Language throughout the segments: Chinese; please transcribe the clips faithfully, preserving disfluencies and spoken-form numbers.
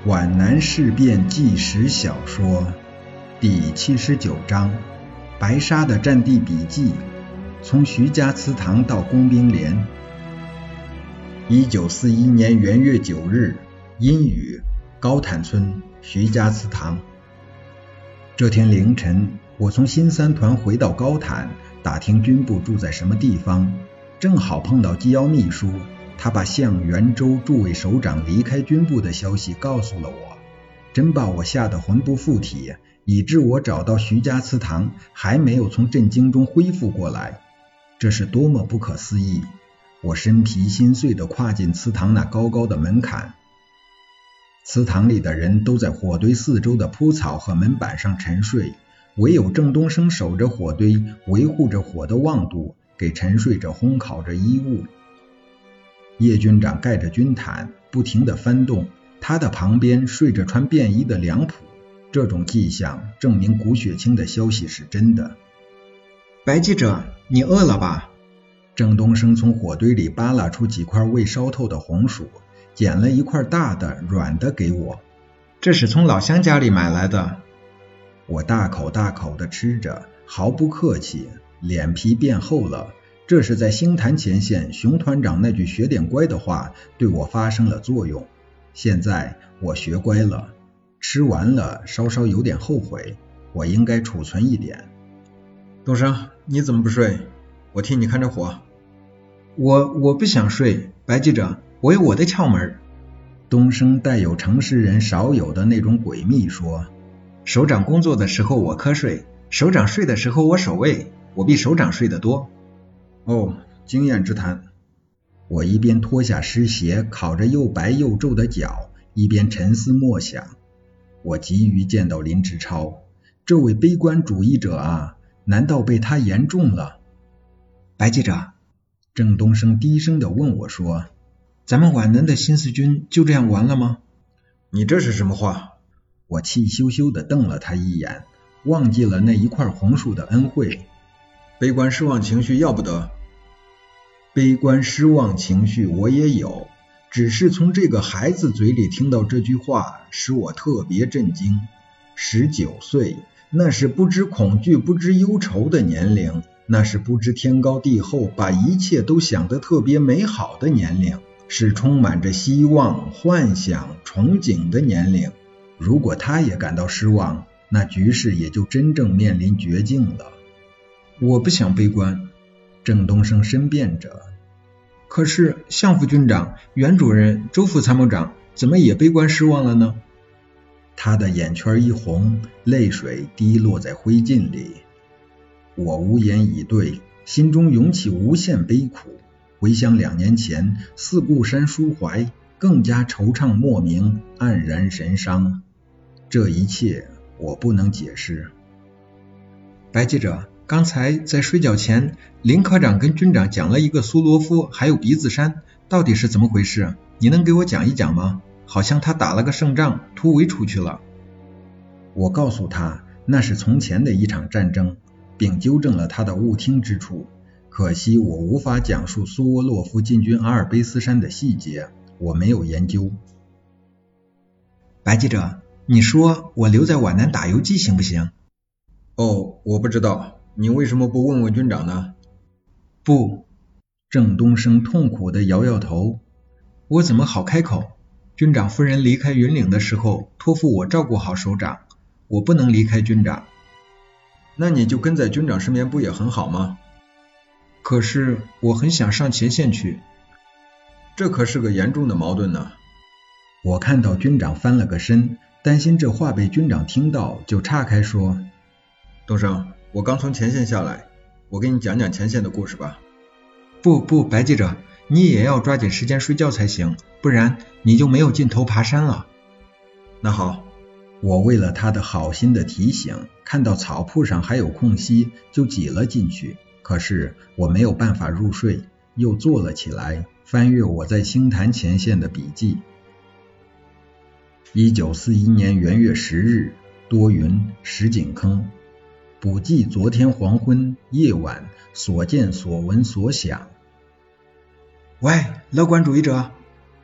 皖南事变纪实小说第七十九章，白沙的战地笔记，从徐家祠堂到工兵连。一九四一年元月九日，阴雨，高坦村徐家祠堂。这天凌晨，我从新三团回到高坦，打听军部住在什么地方，正好碰到机要秘书，他把向元州诸位首长离开军部的消息告诉了我，真把我吓得魂不附体，以致我找到徐家祠堂还没有从震惊中恢复过来。这是多么不可思议！我身疲心碎地跨进祠堂那高高的门槛，祠堂里的人都在火堆四周的铺草和门板上沉睡，唯有郑东升守着火堆，维护着火的旺度，给沉睡着烘烤着衣物。叶军长盖着军毯，不停地翻动，他的旁边睡着穿便衣的梁普，这种迹象证明古雪清的消息是真的。 白记者，你饿了吧？ 郑东升从火堆里扒拉出几块未烧透的红薯，捡了一块大的软的给我。 这是从老乡家里买来的。 我大口大口地吃着，毫不客气，脸皮变厚了。这是在星坛前线熊团长那句学点乖的话对我发生了作用。现在我学乖了，吃完了稍稍有点后悔，我应该储存一点。 东升，你怎么不睡？我替你看着火。 我我不想睡，白记者，我有我的窍门。 东升带有城市人少有的那种诡秘说， 首长工作的时候我瞌睡，首长睡的时候我守卫，我比首长睡得多。 哦，经验之谈。 我一边脱下湿鞋，烤着又白又皱的脚，一边沉思默想。我急于见到林志超，这位悲观主义者啊，难道被他言中了？ 白记者， 郑东升低声地问我说， 咱们皖南的新四军就这样完了吗？ 你这是什么话？ 我气羞羞地瞪了他一眼，忘记了那一块红薯的恩惠。 悲观失望情绪要不得。 悲观失望情绪我也有，只是从这个孩子嘴里听到这句话，使我特别震惊。十九岁，那是不知恐惧不知忧愁的年龄，那是不知天高地厚，把一切都想得特别美好的年龄，是充满着希望、幻想、憧憬的年龄。如果他也感到失望，那局势也就真正面临绝境了。 我不想悲观， 郑东升申辩着。 可是向副军长、袁主任、周副参谋长怎么也悲观失望了呢？ 他的眼圈一红，泪水滴落在灰烬里。我无言以对，心中涌起无限悲苦。回想两年前四顾山抒怀，更加惆怅莫名，黯然神伤。这一切我不能解释。 白记者，刚才在睡觉前，林科长跟军长讲了一个苏罗夫还有鼻子山，到底是怎么回事？你能给我讲一讲吗？好像他打了个胜仗，突围出去了。 我告诉他那是从前的一场战争，并纠正了他的误听之处。可惜我无法讲述苏沃洛夫进军阿尔卑斯山的细节，我没有研究。 白记者，你说我留在皖南打游击行不行？ 哦，我不知道，你为什么不问问军长呢？ 不。 郑东升痛苦地摇摇头。 我怎么好开口？军长夫人离开云岭的时候，托付我照顾好首长，我不能离开军长。 那你就跟在军长身边不也很好吗？ 可是我很想上前线去。 这可是个严重的矛盾呢。 我看到军长翻了个身，担心这话被军长听到，就岔开说， 东升，我刚从前线下来，我给你讲讲前线的故事吧。 不不，白记者，你也要抓紧时间睡觉才行，不然你就没有劲头爬山了。 那好。 我为了他的好心的提醒，看到草铺上还有空隙，就挤了进去。可是我没有办法入睡，又坐了起来，翻阅我在星坛前线的笔记。一九四一年元月十日，多云，石井坑。补记昨天黄昏夜晚所见所闻所想。 喂，乐观主义者。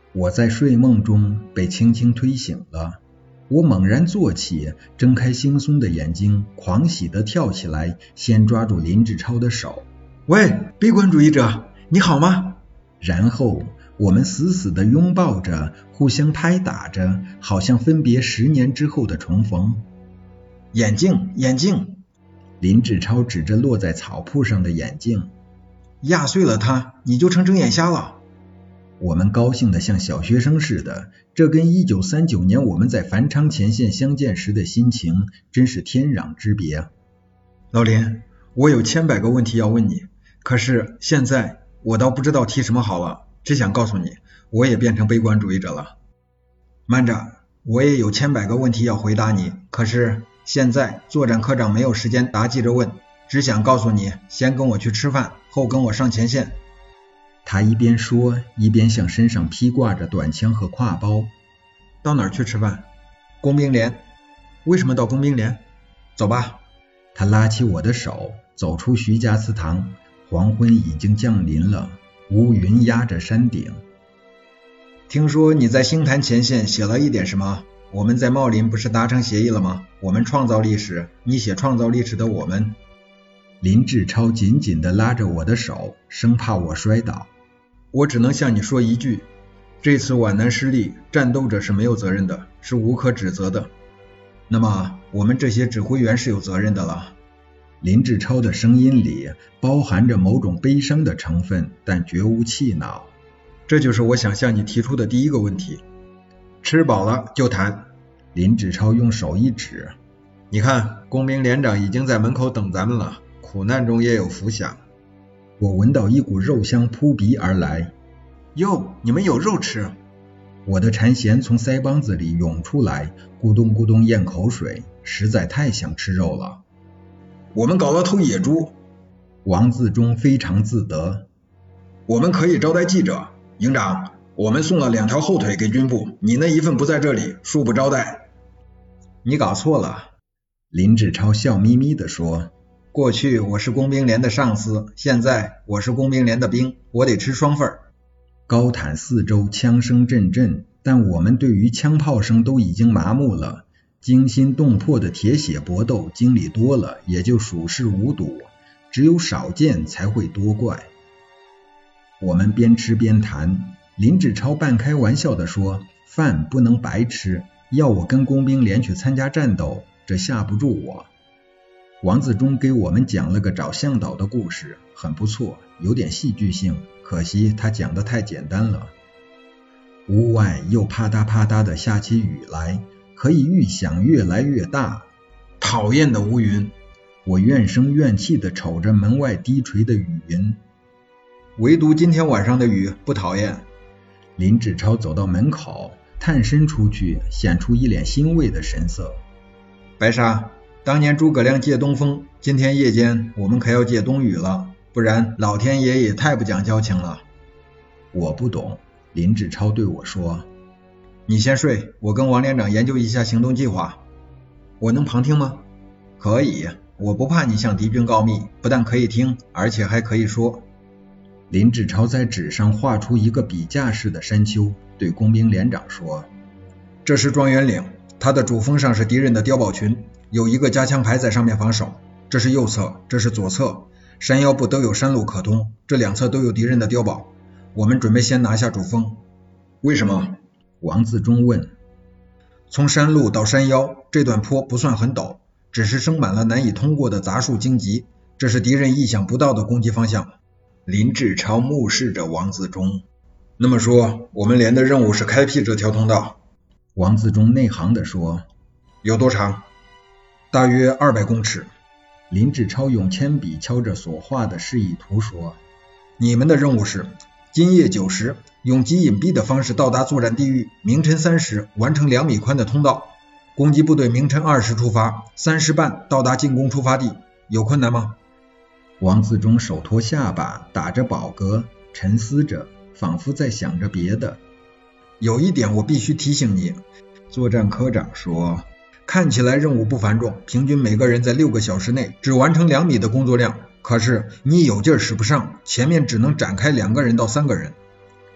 我在睡梦中被轻轻推醒了，我猛然坐起，睁开惺忪的眼睛，狂喜地跳起来，先抓住林志超的手。 喂，悲观主义者，你好吗？ 然后我们死死地拥抱着，互相拍打着，好像分别十年之后的重逢。 眼镜，眼镜！ 林志超指着落在草铺上的眼镜。 压碎了它，你就成睁眼瞎了。 我们高兴得像小学生似的，这跟一九三九年我们在繁昌前线相见时的心情真是天壤之别。 老林，我有千百个问题要问你，可是现在我倒不知道提什么好了，只想告诉你，我也变成悲观主义者了。慢着，我也有千百个问题要回答你，可是现在作战科长没有时间答记者问，只想告诉你，先跟我去吃饭，后跟我上前线。 他一边说，一边向身上披挂着短枪和挎包。 到哪儿去吃饭？工兵连。为什么到工兵连？走吧。 他拉起我的手，走出徐家祠堂。黄昏已经降临了，乌云压着山顶。 听说你在星坛前线写了一点什么？我们在茂林不是达成协议了吗？我们创造历史，你写创造历史的我们。 林志超紧紧地拉着我的手，生怕我摔倒。 我只能向你说一句，这次皖南失利，战斗者是没有责任的，是无可指责的。那么我们这些指挥员是有责任的了。 林志超的声音里包含着某种悲伤的成分，但绝无气恼。 这就是我想向你提出的第一个问题。吃饱了就谈。 林志超用手一指， 你看，工兵连长已经在门口等咱们了，苦难中也有福享。 我闻到一股肉香扑鼻而来。 哟，你们有肉吃。 我的馋涎从腮帮子里涌出来，咕咚咕咚咽口水，实在太想吃肉了。 我们搞了头野猪。 王自忠非常自得。 我们可以招待记者。营长，我们送了两条后腿给军部，你那一份不在这里，恕不招待。你搞错了。 林志超笑眯眯地说， 过去我是工兵连的上司，现在我是工兵连的兵，我得吃双份。 高坦四周枪声阵阵，但我们对于枪炮声都已经麻木了。惊心动魄的铁血搏斗经历多了，也就熟视无睹，只有少见才会多怪。我们边吃边谈，林志超半开玩笑地说，饭不能白吃，要我跟工兵连去参加战斗，这吓不住我。王自忠给我们讲了个找向导的故事，很不错，有点戏剧性，可惜他讲得太简单了。屋外又啪嗒啪嗒地下起雨来，可以预想越来越大。 讨厌的乌云。 我怨声怨气地瞅着门外低垂的雨云。 唯独今天晚上的雨不讨厌。 林志超走到门口，探身出去，显出一脸欣慰的神色。 白沙，当年诸葛亮借东风，今天夜间我们可要借东雨了，不然老天爷也太不讲交情了。 我不懂。林志超对我说， 你先睡，我跟王连长研究一下行动计划。我能旁听吗？可以，我不怕你向敌军告密，不但可以听，而且还可以说。 林志超在纸上画出一个笔架式的山丘，对工兵连长说， 这是状元岭，它的主峰上是敌人的碉堡群，有一个加强排在上面防守，这是右侧，这是左侧，山腰部都有山路可通，这两侧都有敌人的碉堡。我们准备先拿下主峰。为什么？ 王自忠问。 从山路到山腰，这段坡不算很陡，只是生满了难以通过的杂树荆棘，这是敌人意想不到的攻击方向。林志超目视着王自忠。那么说，我们连的任务是开辟这条通道。 王自忠内行地说。 有多长？大约二百公尺。 林志超用铅笔敲着所画的示意图说， 你们的任务是今夜九时，用极隐蔽的方式到达作战地域，明晨三时完成两米宽的通道。攻击部队明晨二时出发，三时半到达进攻出发地。有困难吗？ 王自忠手托下巴，打着饱嗝，沉思着，仿佛在想着别的。 有一点我必须提醒你，作战科长说，看起来任务不繁重，平均每个人在六个小时内只完成两米的工作量，可是你有劲儿使不上，前面只能展开两个人到三个人。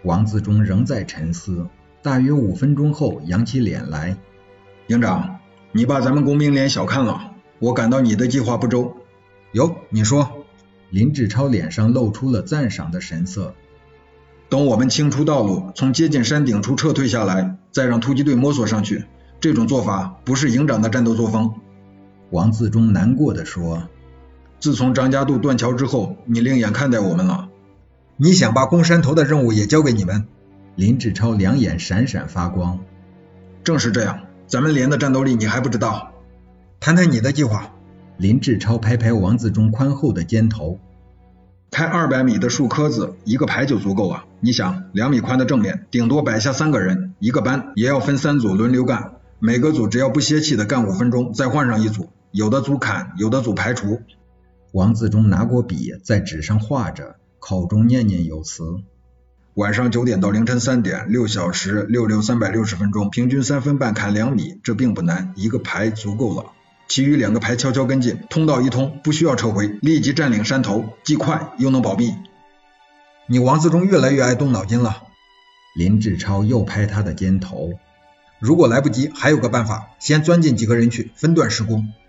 王自忠仍在沉思，大约五分钟后扬起脸来。 营长，你把咱们工兵连小看了，我感到你的计划不周。 有，你说。 林志超脸上露出了赞赏的神色。 等我们清出道路，从接近山顶处撤退下来，再让突击队摸索上去，这种做法不是营长的战斗作风。 王自忠难过地说， 自从张家渡断桥之后，你另眼看待我们了。 你想把攻山头的任务也交给你们？ 林志超两眼闪闪发光。 正是这样，咱们连的战斗力你还不知道。 谈谈你的计划。 林志超拍拍王自忠宽厚的肩头。 开二百米的树棵子，一个排就足够了。你想，两米宽的正面，顶多摆下三个人，一个班也要分三组轮流干，每个组只要不歇气的干五分钟，再换上一组，有的组砍，有的组排除。 王自忠拿过笔在纸上画着，口中念念有词。 晚上九点到凌晨三点，六小时，六六三百六十分钟，平均三分半砍两米，这并不难，一个排足够了。其余两个排悄悄跟进，通道一通，不需要撤回，立即占领山头，既快又能保密。 你王自忠越来越爱动脑筋了。 林志超又拍他的肩头。 如果来不及，还有个办法，先钻进几个人去，分段施工。